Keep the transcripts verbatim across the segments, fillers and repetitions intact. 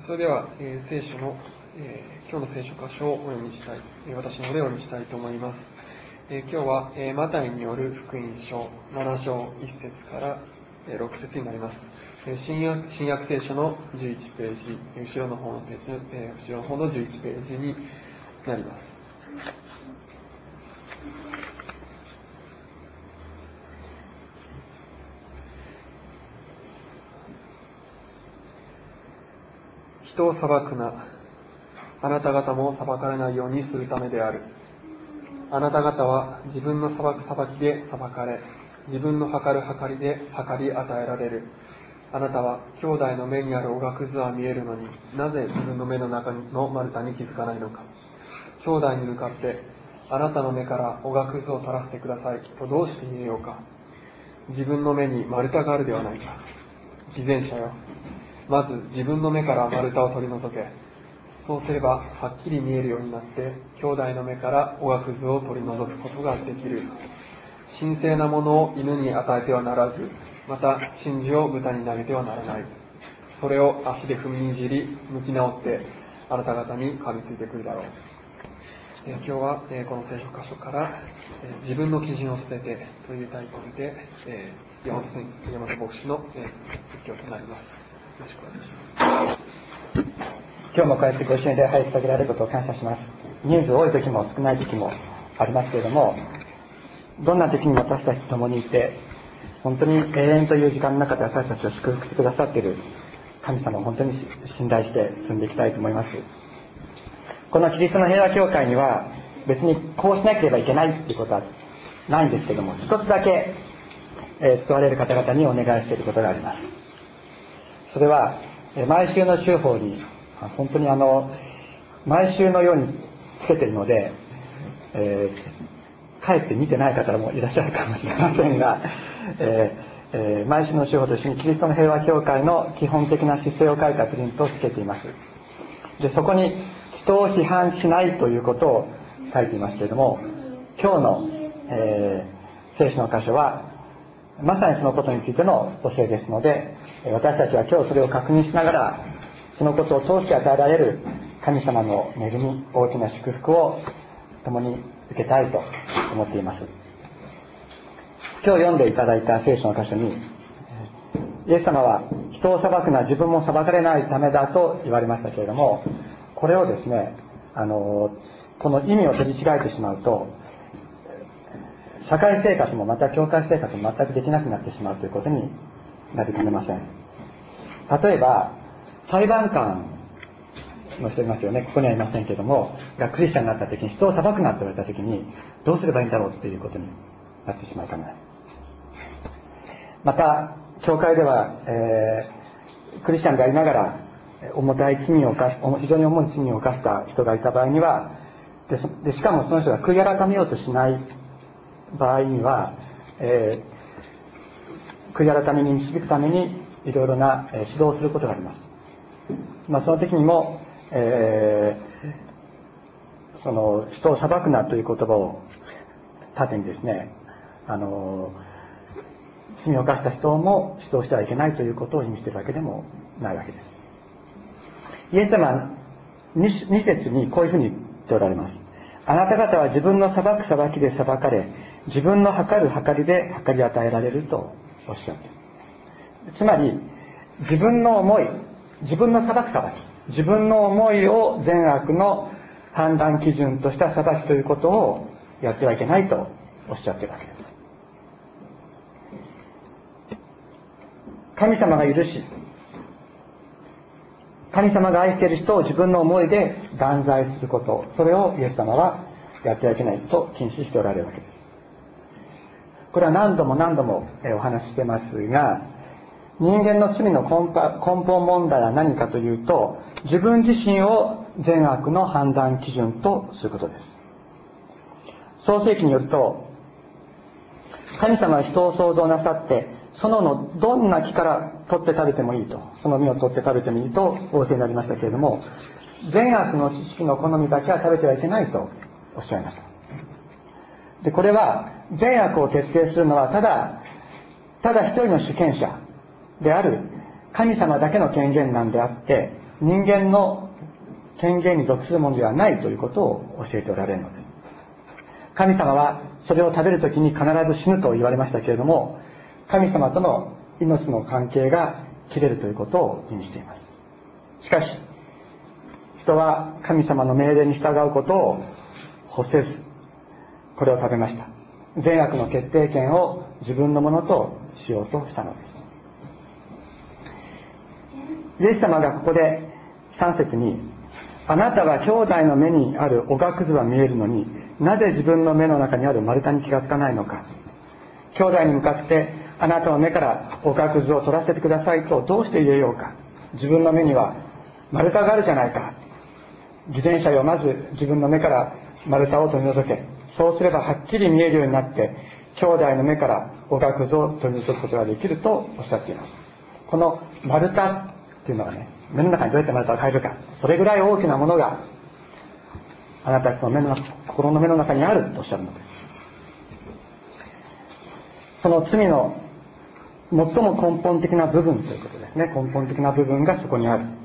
それでは、えー、聖書の、えー、今日の聖書箇所をお読みしたい、えー、私の方でお読みしたいと思います。えー、今日は、えー、マタイによる福音書なな章いち節から、えー、ろく節になります。えー、新約、新約聖書のじゅういちページ、後ろの方のページ、えー、後ろの方のじゅういちページになります。人を裁くな。あなた方も裁かれないようにするためである。あなた方は自分の裁く裁きで裁かれ、自分の計る計りで計り与えられる。あなたは兄弟の目にあるおがくずは見えるのに、なぜ自分の目の中の丸太に気づかないのか。兄弟に向かって、あなたの目からおがくずを取らせてくださいとどうして言えようか。自分の目に丸太があるではないか。偽善者よ。まず自分の目から丸太を取り除け。そうすればはっきり見えるようになって、兄弟の目からおがくずを取り除くことができる。神聖なものを犬に与えてはならず、また真珠を豚に投げてはならない。それを足で踏みにじり、向き直ってあなた方に噛みついてくるだろう。えー、今日は、えー、この聖書箇所から、えー、自分の基準を捨ててというタイトルで、えー、山本山本牧師の、えー、説教となります。よろしくお願いします。 今日もこうやってご支援で入り下げられることを感謝します。人数多い時も少ない時もありますけれども、どんな時にも私たちと共にいて、本当に永遠という時間の中で私たちを祝福してくださっている神様を本当に信頼して進んでいきたいと思います。このキリストの平和教会には別にこうしなければいけないということはないんですけども、一つだけ、えー、使われる方々にお願いしていることがあります。それは、えー、毎週の週報に本当にあの毎週のようにつけているので、えー、かえって見てない方もいらっしゃるかもしれませんが、えーえー、毎週の週報と一緒にキリストの平和教会の基本的な姿勢を書いたプリントをつけています。でそこに人を批判しないということを書いていますけれども、今日の、えー、聖書の箇所はまさにそのことについての教えですので、私たちは今日それを確認しながら、そのことを通して与えられる神様の恵み、大きな祝福を共に受けたいと思っています。今日読んでいただいた聖書の箇所に、イエス様は人を裁くのは自分も裁かれないためだと言われましたけれども、これをですね、あのこの意味を取り違えてしまうと、社会生活もまた教会生活も全くできなくなってしまうということになりかねません。例えば裁判官の人いますよね、ここにはいませんけれども、がクリスチャンになった時に人を裁くなと言われた時にどうすればいいんだろうっていうことになってしまうかもしれない。また教会では、えー、クリスチャンでありながら重たい罪を犯し非常に重い罪を犯した人がいた場合には で, でしかもその人が悔い改めようとしない場合には、えー、悔い改めに導くためにいろいろな指導をすることがあります。まあ、その時にも、えー、その人を裁くなという言葉を盾にですね、あの罪を犯した人も指導してはいけないということを意味しているわけでもないわけです。イエス様は 2, 2節にこういうふうに言っておられます。あなた方は自分の裁く裁きで裁かれ、自分の計る計りで計り与えられるとおっしゃっている。つまり自分の思い、自分の裁く裁き、自分の思いを善悪の判断基準とした裁きということをやってはいけないとおっしゃっているわけです。神様が許し、神様が愛している人を自分の思いで断罪すること、それをイエス様はやってはいけないと禁止しておられるわけです。これは何度も何度もお話ししてますが、人間の罪の根本問題は何かというと、自分自身を善悪の判断基準とすることです。創世記によると、神様は人を創造なさって、そののどんな木から取って食べてもいいと、その実を取って食べてもいいと仰せになりましたけれども、善悪の知識の好みだけは食べてはいけないとおっしゃいました。でこれは善悪を決定するのはただただ一人の主権者である神様だけの権限なんであって、 人間の権限に属するものではないということを教えておられるのです。神様はそれを食べるときに必ず死ぬと言われましたけれども、神様との命の関係が切れるということを意味しています。しかし人は神様の命令に従うことを欲せず、これを食べました。善悪の決定権を自分のものとしようとしたのです。イエス様がここでさん節に、あなたは兄弟の目にあるおがくずは見えるのに、なぜ自分の目の中にある丸太に気がつかないのか。兄弟に向かって、あなたの目からおがくずを取らせてくださいとどうして言えようか。自分の目には丸太があるじゃないか。偽善者よ、まず自分の目から丸太を取り除け。そうすればはっきり見えるようになって、兄弟の目からおがくずを取り除くことができるとおっしゃっています。この丸太っていうのはね、目の中にどうやって丸太を変えるか、それぐらい大きなものがあなたたちの目の心の目の中にあるとおっしゃるのです。その罪の最も根本的な部分ということですね。根本的な部分がそこにある。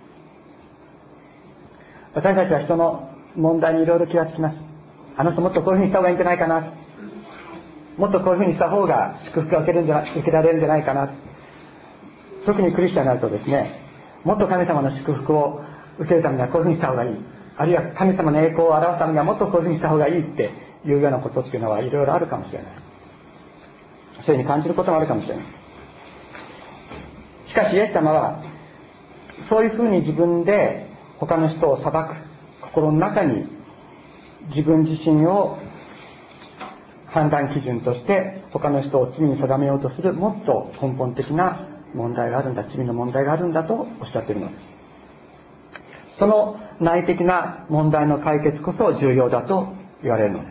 私たちは人の問題にいろいろ気がつきます。あの人もっとこういうふうにした方がいいんじゃないかな、もっとこういうふうにした方が祝福が受けるんじゃ受けられるんじゃないかな。特にクリスチャンになるとですね、もっと神様の祝福を受けるためにはこういうふうにした方がいい、あるいは神様の栄光を表すためにはもっとこういうふうにした方がいいっていうようなことっていうのはいろいろあるかもしれない。そういうふうに感じることもあるかもしれない。しかしイエス様はそういうふうに自分で他の人を裁く心の中に自分自身を判断基準として他の人を罪に定めようとするもっと根本的な問題があるんだ、罪の問題があるんだとおっしゃっているのです。その内的な問題の解決こそ重要だと言われるのです。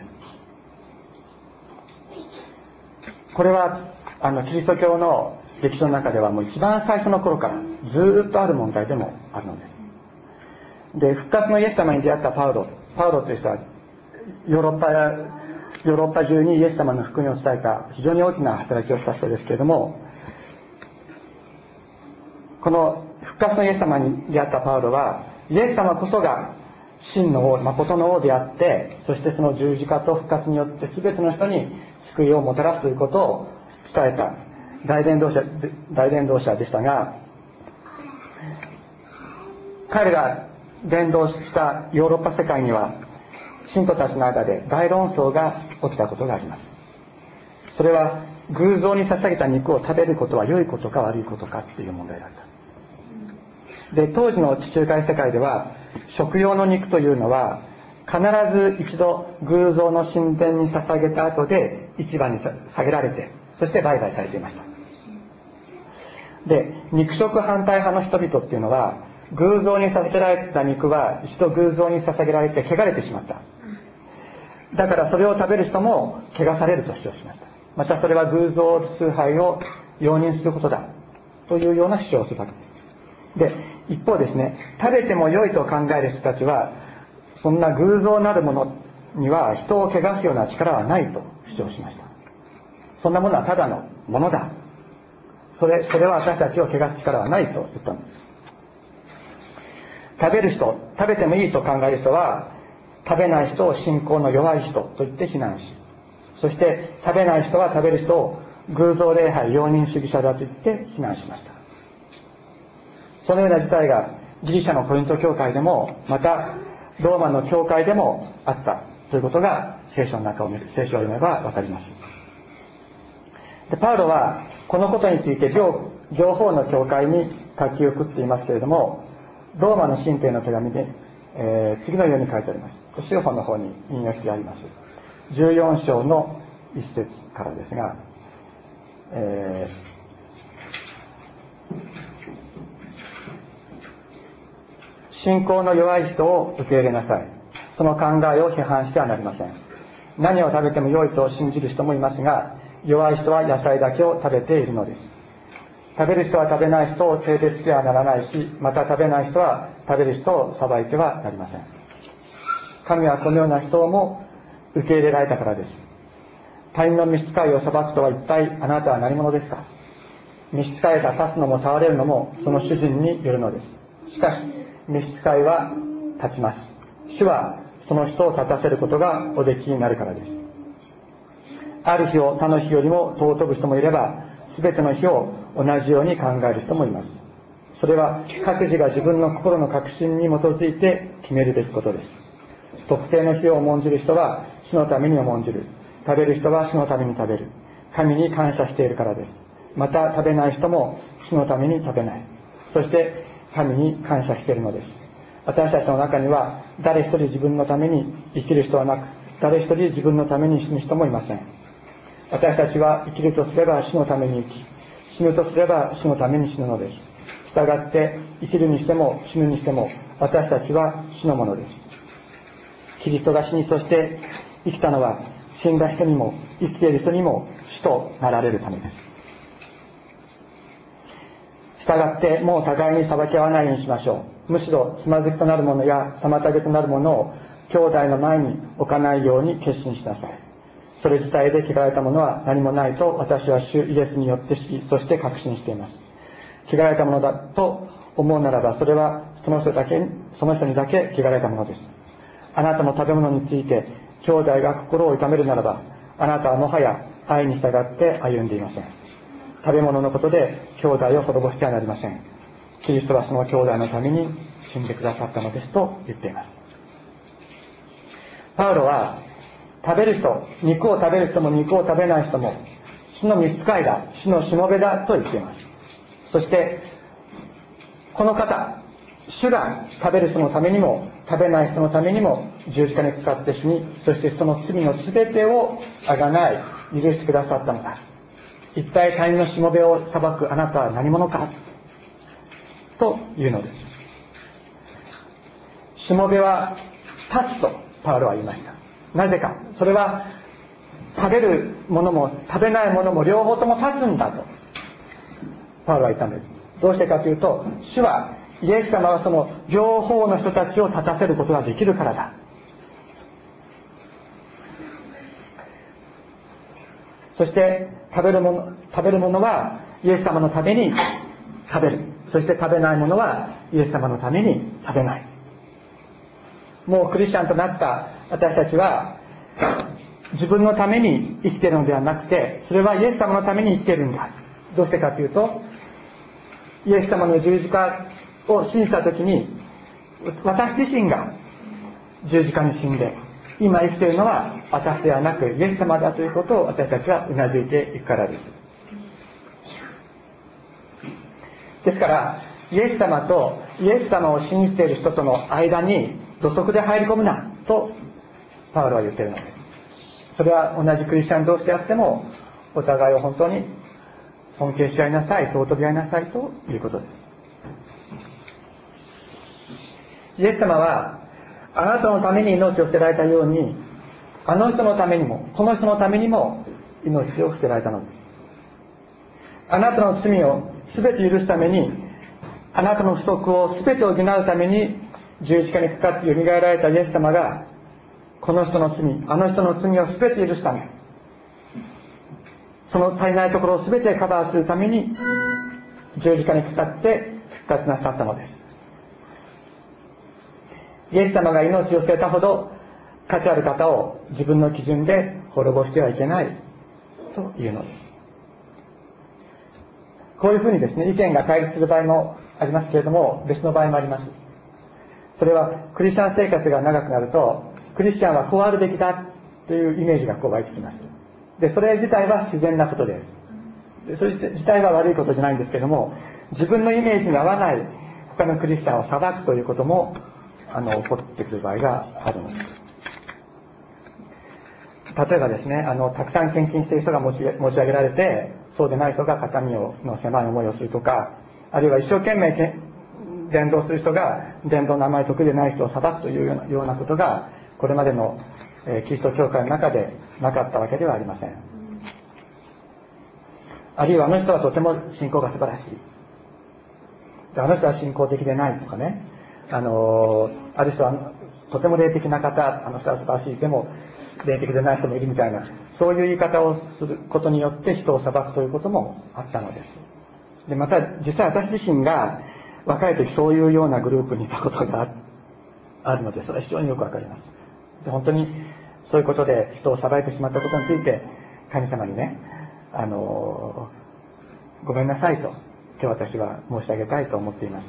これはあのキリスト教の歴史の中ではもう一番最初の頃からずっとある問題でもあるのです。で、復活のイエス様に出会ったパウロパウロという人はヨーロッパヨーロッパ中にイエス様の福音を伝えた非常に大きな働きをした人ですけれども、この復活のイエス様に出会ったパウロはイエス様こそが真の王、誠の王であって、そしてその十字架と復活によって全ての人に救いをもたらすということを伝えた大伝道者大伝道者でしたが、彼が伝道したヨーロッパ世界には信徒たちの間で大論争が起きたことがあります。それは偶像に捧げた肉を食べることは良いことか悪いことかっていう問題だった。で、当時の地中海世界では食用の肉というのは必ず一度偶像の神殿に捧げた後で市場に下げられて、そして売買されていました。で、肉食反対派の人々っていうのは偶像に捧げられた肉は一度偶像に捧げられて汚れてしまった。だからそれを食べる人も汚されると主張しました。またそれは偶像崇拝を容認することだというような主張をするわけです。で、一方ですね、食べても良いと考える人たちはそんな偶像なるものには人を汚すような力はないと主張しました。そんなものはただのものだ、それ、それは私たちを汚す力はないと言ったのです。食べる人、食べてもいいと考える人は食べない人を信仰の弱い人と言って非難し、そして食べない人は食べる人を偶像礼拝容認主義者だと言って非難しました。そのような事態がギリシャのコリント教会でもまたローマの教会でもあったということが聖書の中を見る聖書を読めばわかります。で、パウロはこのことについて 両, 両方の教会に書き送っていますけれども、ローマの信徒への手紙で、えー、次のように書いてあります。資料本の方に引用してあります。じゅうよん章の一節からですが、えー、信仰の弱い人を受け入れなさい。その考えを批判してはなりません。何を食べても良いと信じる人もいますが、弱い人は野菜だけを食べているのです。食べる人は食べない人を軽蔑してはならないし、また食べない人は食べる人を裁いてはなりません。神はこのような人をも受け入れられたからです。他人の召使いを裁くとは一体あなたは何者ですか。召使いが立つのも倒れるのもその主人によるのです。 しかし召使いは立ちます。主はその人を立たせることがおできになるからです。ある日を他の日よりも尊ぶ人もいれば、全ての日を同じように考える人もいます。それは各自が自分の心の確信に基づいて決めるべきことです。特定の日を重んじる人は主のために重んじる。食べる人は主のために食べる。神に感謝しているからです。また食べない人も主のために食べない。そして神に感謝しているのです。私たちの中には誰一人自分のために生きる人はなく、誰一人自分のために死ぬ人もいません。私たちは生きるとすれば主のために生き、死ぬとすれば主のために死ぬのです。したがって生きるにしても死ぬにしても私たちは主のものです。キリストが死に、そして生きたのは死んだ人にも生きている人にも主となられるためです。したがってもう互いに裁き合わないようにしましょう。むしろつまずきとなるものや妨げとなるものを兄弟の前に置かないように決心しなさい。それ自体で汚れたものは何もないと私は主イエスによって知り、そして確信しています。汚れたものだと思うならば、それはその人だけ、その人にだけ汚れたものです。あなたの食べ物について兄弟が心を痛めるならば、あなたはもはや愛に従って歩んでいません。食べ物のことで兄弟を滅ぼしてはなりません。キリストはその兄弟のために死んでくださったのですと言っています。パウロは食べる人、肉を食べる人も肉を食べない人も主の召使いだ、主のしもべだと言っています。そしてこの方、主が食べる人のためにも食べない人のためにも十字架にかかって死に、そしてその罪の全てをあがない許してくださったのだ。一体他人のしもべを裁くあなたは何者かというのです。しもべは立つとパウロは言いました。なぜか、それは食べるものも食べないものも両方とも立つんだとパウロは言ったんです。どうしてかというと、主はイエス様はその両方の人たちを立たせることができるからだ。そして食べるもの、食べるものはイエス様のために食べる。そして食べないものはイエス様のために食べない。もうクリスチャンとなった私たちは自分のために生きているのではなくて、それはイエス様のために生きているんだ。どうしてかというと、イエス様の十字架を信じたときに、私自身が十字架に死んで今生きているのは私ではなくイエス様だということを私たちはうなずいていくからです。ですからイエス様とイエス様を信じている人との間に土足で入り込むなとパウロは言っているのです。それは同じクリスチャン同士であってもお互いを本当に尊敬し合いなさい、尊び合いなさいということです。イエス様はあなたのために命を捨てられたように、あの人のためにもこの人のためにも命を捨てられたのです。あなたの罪を全て許すために、あなたの不足を全て補うために十字架にかかってよみがえられたイエス様が、この人の罪、あの人の罪を全て許すため、その足りないところを全てカバーするために十字架にかかって復活なさったのです。イエス様が命を捨てたほど価値ある方を自分の基準で滅ぼしてはいけないというのです。こういうふうにですね、意見が対立する場合もありますけれども、別の場合もあります。それはクリスチャン生活が長くなると、クリスチャンはこうあるべきだというイメージがこう湧いてきます。で、それ自体は自然なことです。で、それ自体は悪いことじゃないんですけれども、自分のイメージに合わない他のクリスチャンを裁くということもあの起こってくる場合があるのです。例えばですね、あのたくさん献金している人が持ち、持ち上げられて、そうでない人が肩身をの狭い思いをするとか、あるいは一生懸命伝道する人が伝道のあまり得意でない人を裁くというような、ようなことがこれまでの、えー、キリスト教会の中でなかったわけではありません。あるいはあの人はとても信仰が素晴らしい、あの人は信仰的でないとかね、あのー、ある人はとても霊的な方、あの人は素晴らしい、でも霊的でない人もいるみたいな、そういう言い方をすることによって人を裁くということもあったのです。でまた実際私自身が若い時そういうようなグループにいたことがあるので、それは非常によくわかります。で、本当にそういうことで人を裁いてしまったことについて、神様にね、あのごめんなさいと今日私は申し上げたいと思っています。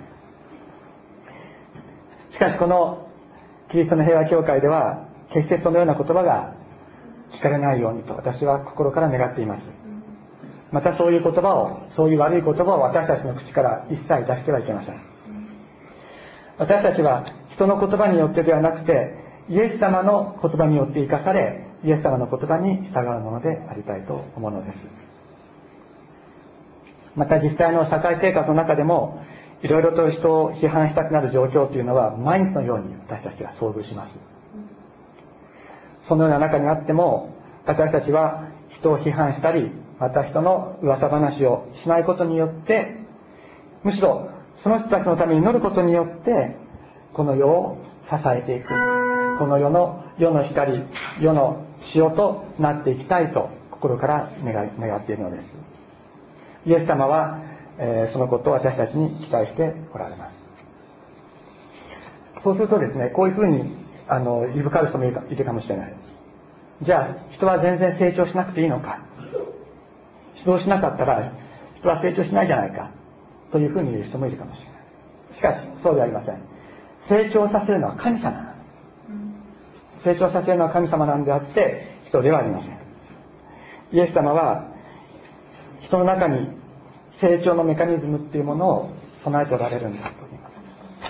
しかしこのキリストの平和教会では決してそのような言葉が聞かれないようにと私は心から願っています。またそういう言葉を、そういう悪い言葉を私たちの口から一切出してはいけません。私たちは人の言葉によってではなくて、イエス様の言葉によって生かされ、イエス様の言葉に従うものでありたいと思うのです。また実際の社会生活の中でも、いろいろと人を批判したくなる状況というのは毎日のように私たちが遭遇します。そのような中にあっても、私たちは人を批判したり、また人の噂話をしないことによって、むしろその人たちのために祈ることによってこの世を支えていく、この世の世の光、世の塩となっていきたいと心から願い願っているのです。イエス様は、えー、そのことを私たちに期待しておられます。そうするとですね、こういうふうにあのいぶかる人もいるか、いるかもしれない。じゃあ人は全然成長しなくていいのか、指導しなかったら人は成長しないじゃないかというふうに言う人もいるかもしれない。しかしそうではありません。成長させるのは神様なんです。成長させるのは神様なんであって人ではありません。イエス様は人の中に成長のメカニズムっていうものを備えておられるんだと言います。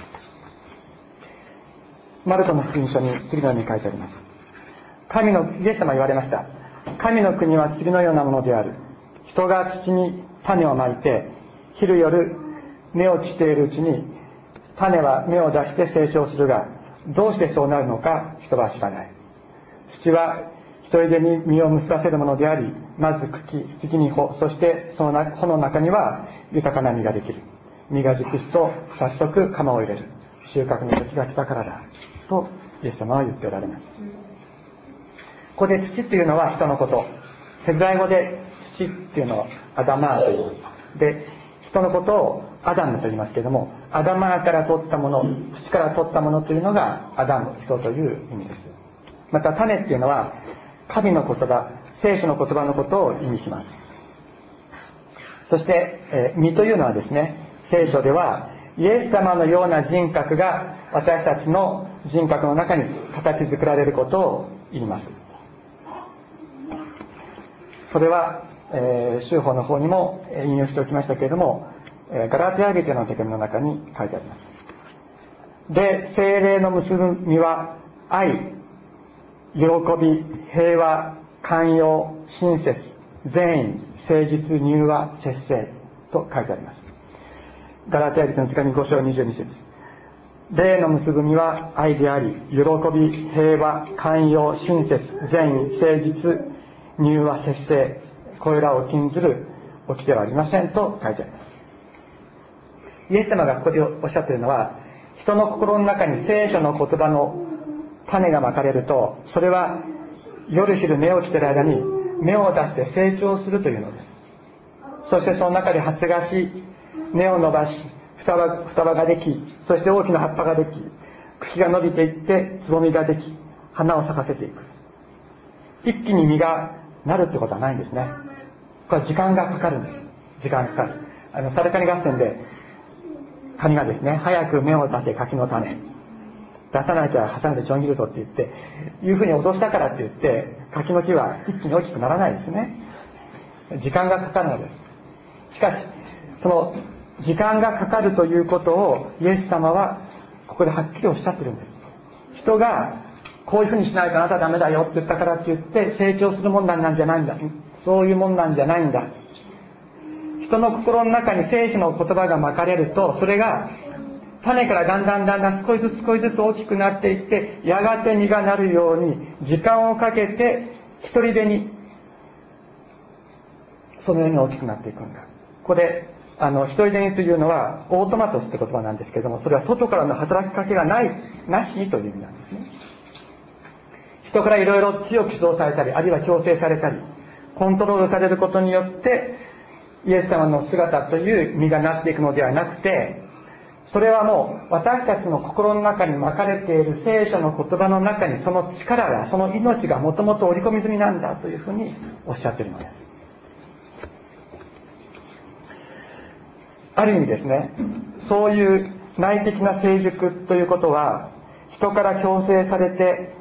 マルコの福音書に次のように書いてあります。神のイエス様は言われました。神の国は次のようなものである。人が土に種をまいて昼夜芽を来ているうちに種は芽を出して成長するが、どうしてそうなるのか人は知らない。土は一人でに実を結ばせるものであり、まず茎、次に穂、そしてその穂の中には豊かな実ができる。実が熟すと早速鎌を入れる。収穫の時が来たからだとイエス様は言っておられます。ここで土っていうのは人のこと。ヘブライ語で土っていうのをアダマーと言います。で、人のことをアダムと言いますけれども、アダマーから取ったもの、土から取ったものというのがアダム、人という意味です。また種っていうのは神の言葉、聖書の言葉のことを意味します。そして、えー、実というのはですね、聖書ではイエス様のような人格が私たちの人格の中に形作られることを言います。それは、えー、修法の方にも引用しておきましたけれども、えー、ガラテヤ人への手紙の中に書いてあります。で、聖霊の結ぶ実は愛、喜び、平和、寛容、親切、善意、誠実、柔和、節制と書いてあります。ガラテヤ人の手紙ご章にじゅうに節。霊の結ぶ実は愛であり、喜び、平和、寛容、親切、善意、誠実、柔和、節制、これらを禁ずる掟ではありませんと書いてあります。イエス様がここでおっしゃっているのは、人の心の中に聖書の言葉の種がまかれると、それは夜昼芽を着ている間に芽を出して成長するというのです。そしてその中で発芽し、根を伸ばし、双葉、双葉ができ、そして大きな葉っぱができ、茎が伸びていってつぼみができ、花を咲かせていく。一気に実がなるってことはないんですね。これは時間がかかるんです。時間がかかる。あのサルカニ合戦でカニがですね、早く芽を出せ柿の種、出さなきゃ挟んでちょん切るぞって言っていうふうに脅したからって言って柿の木は一気に大きくならないですね。時間がかかるのです。しかしその時間がかかるということをイエス様はここではっきりおっしゃってるんです。人がこういうふうにしないとあなたはダメだよって言ったからって言って成長するもんなんじゃないんだ。そういうもんなんじゃないんだ。人の心の中に聖書の言葉がまかれると、それが種からだんだんだんだん少しずつ少しずつ大きくなっていって、やがて実がなるように時間をかけて一人でにそのように大きくなっていくんだ。ここであの一人でにというのはオートマトスって言葉なんですけれども、それは外からの働きかけがないなしにという意味なんですね。人からいろいろ強く指導されたり、あるいは強制されたりコントロールされることによってイエス様の姿という実がなっていくのではなくて、 それはもう私たちの心の中に巻かれている聖書の言葉の中にその力が、その命がもともと織り込み済みなんだというふうにおっしゃっているのです。ある意味ですね、そういう内的な成熟ということは、人から強制されて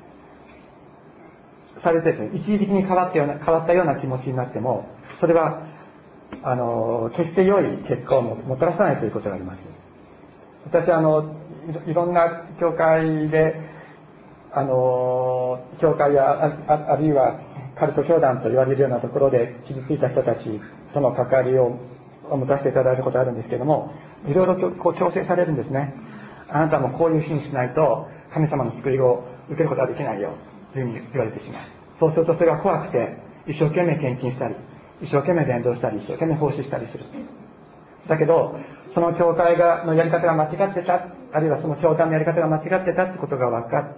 されてですね、一時的に変わったような変わったような気持ちになっても、それはあの決して良い結果をもたらさないということがあります。私はあの い, いろんな教会で、あの教会や あ, あるいはカルト教団と言われるようなところで傷ついた人たちとの関わりを持たせていただいたことがあるんですけれども、いろいろこう強制されるんですね。あなたもこういうふうにしないと神様の救いを受けることはできないよというふうに言われてしまう。そうするとそれが怖くて一生懸命献金したり、一生懸命伝道したり、一生懸命奉仕したりする。だけどその教会がのやり方が間違ってた、あるいはその教団のやり方が間違ってたってことが分かって、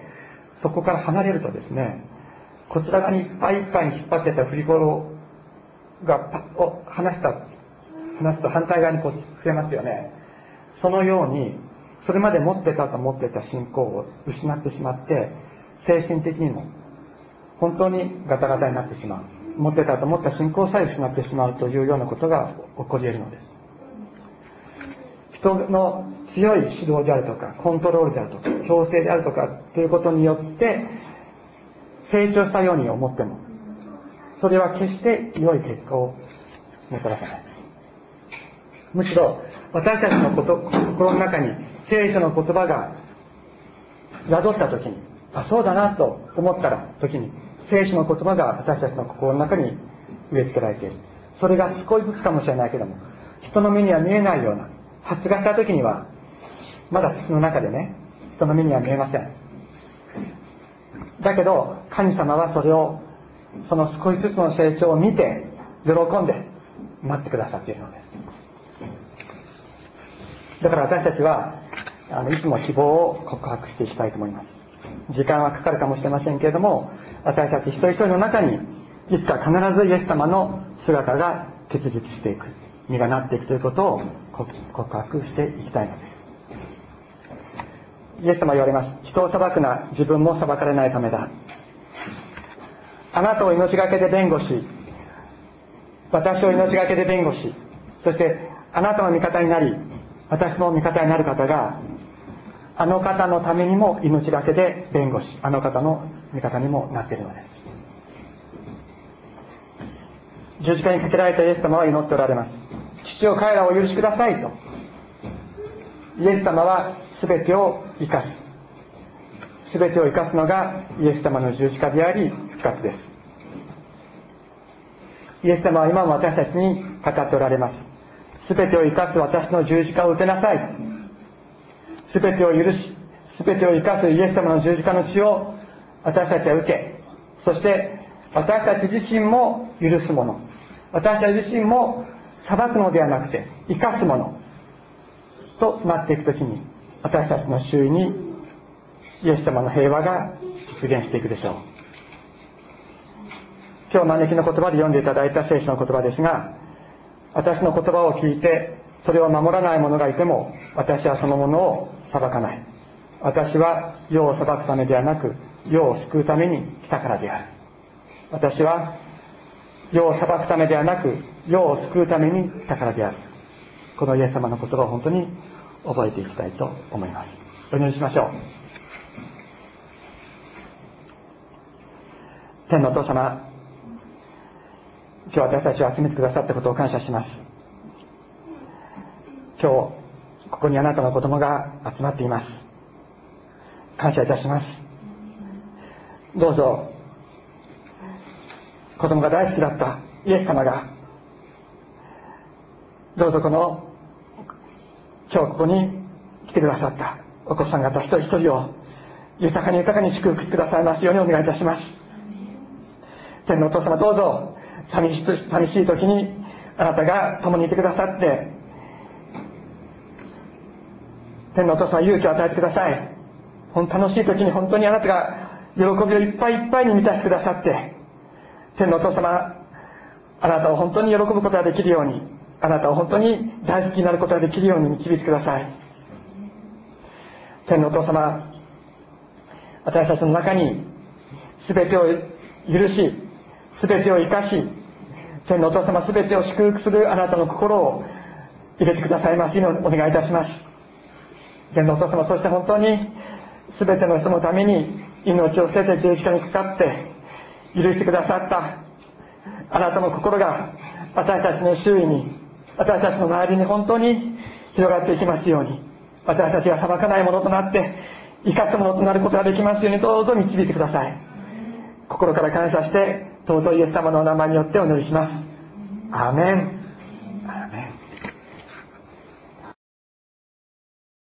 そこから離れるとですね、こちら側にいっぱいいっぱいに引っ張ってた振り子がパッを離した離すと反対側にこう増えますよね。そのようにそれまで持ってたと思ってた信仰を失ってしまって、精神的にも本当にガタガタになってしまう、持ってたと思った信仰さえ失ってしまうというようなことが起こり得るのです。人の強い指導であるとかコントロールであるとか強制であるとかということによって成長したように思っても、それは決して良い結果をもたらさない。むしろ私たちのこと心の中に聖書の言葉が宿った時に、あ、そうだなと思ったら時に聖書の言葉が私たちの心の中に植え付けられている。それが少しずつかもしれないけども、人の目には見えないような、発芽した時にはまだ土の中でね、人の目には見えません。だけど神様はそれを、その少しずつの成長を見て喜んで待ってくださっているのです。だから私たちはあのいつも希望を告白していきたいと思います。時間はかかるかもしれませんけれども、私たち一人一人の中にいつか必ずイエス様の姿が結実していく、実がなっていくということを告白していきたいのです。イエス様は言われます。人を裁くな、自分も裁かれないためだ。あなたを命がけで弁護し、私を命がけで弁護し、そしてあなたの味方になり私の味方になる方が、あの方のためにも命がけで弁護し、あの方の味方にもなっているのです。十字架にかけられたイエス様は祈っておられます。父よ、彼らをお許しくださいと。イエス様は全てを生かす、全てを生かすのがイエス様の十字架であり復活です。イエス様は今も私たちに語っておられます。全てを生かす私の十字架を受けなさい。全てを許し、全てを生かすイエス様の十字架の血を私たちは受け、そして私たち自身も許すもの、私たち自身も裁くのではなくて生かすものとなっていくときに、私たちの周囲にイエス様の平和が実現していくでしょう。今日招きの言葉で読んでいただいた聖書の言葉ですが、私の言葉を聞いてそれを守らない者がいても、私はその者を裁かない。私は世を裁くためではなく世を救うために来たからである。私は世を裁くためではなく世を救うために来たからである。このイエス様の言葉を本当に覚えていきたいと思います。お祈りしましょう。天のお父様、今日私たちを集めてくださったことを感謝します。今日ここにあなたの子供が集まっています。感謝いたします。どうぞ子供が大好きだったイエス様が、どうぞこの今日ここに来てくださったお子さん方一人一人を豊かに豊かに祝福してくださいますようにお願いいたします。天のお父様、どうぞ寂しい、寂しい時にあなたが共にいてくださって、天のお父様、勇気を与えてください。楽しい時に本当にあなたが喜びをいっぱいいっぱいに満たしてくださって、天のお父様、あなたを本当に喜ぶことができるように、 あなたを本当に大好きになることができるように導いてください。天のお父様、私たちの中に全てを許し、全てを生かし、天のお父様、全てを祝福するあなたの心を入れてくださいますようにお願いいたします。天のお父様、そして本当に全ての人のために命を捨てて十字架にかかって許してくださったあなたの心が私たちの周囲に、私たちの周りに本当に広がっていきますように、私たちが裁かないものとなって生かすものとなることができますように、どうぞ導いてください。心から感謝して尊いイエス様のお名前によってお祈りします。アーメン。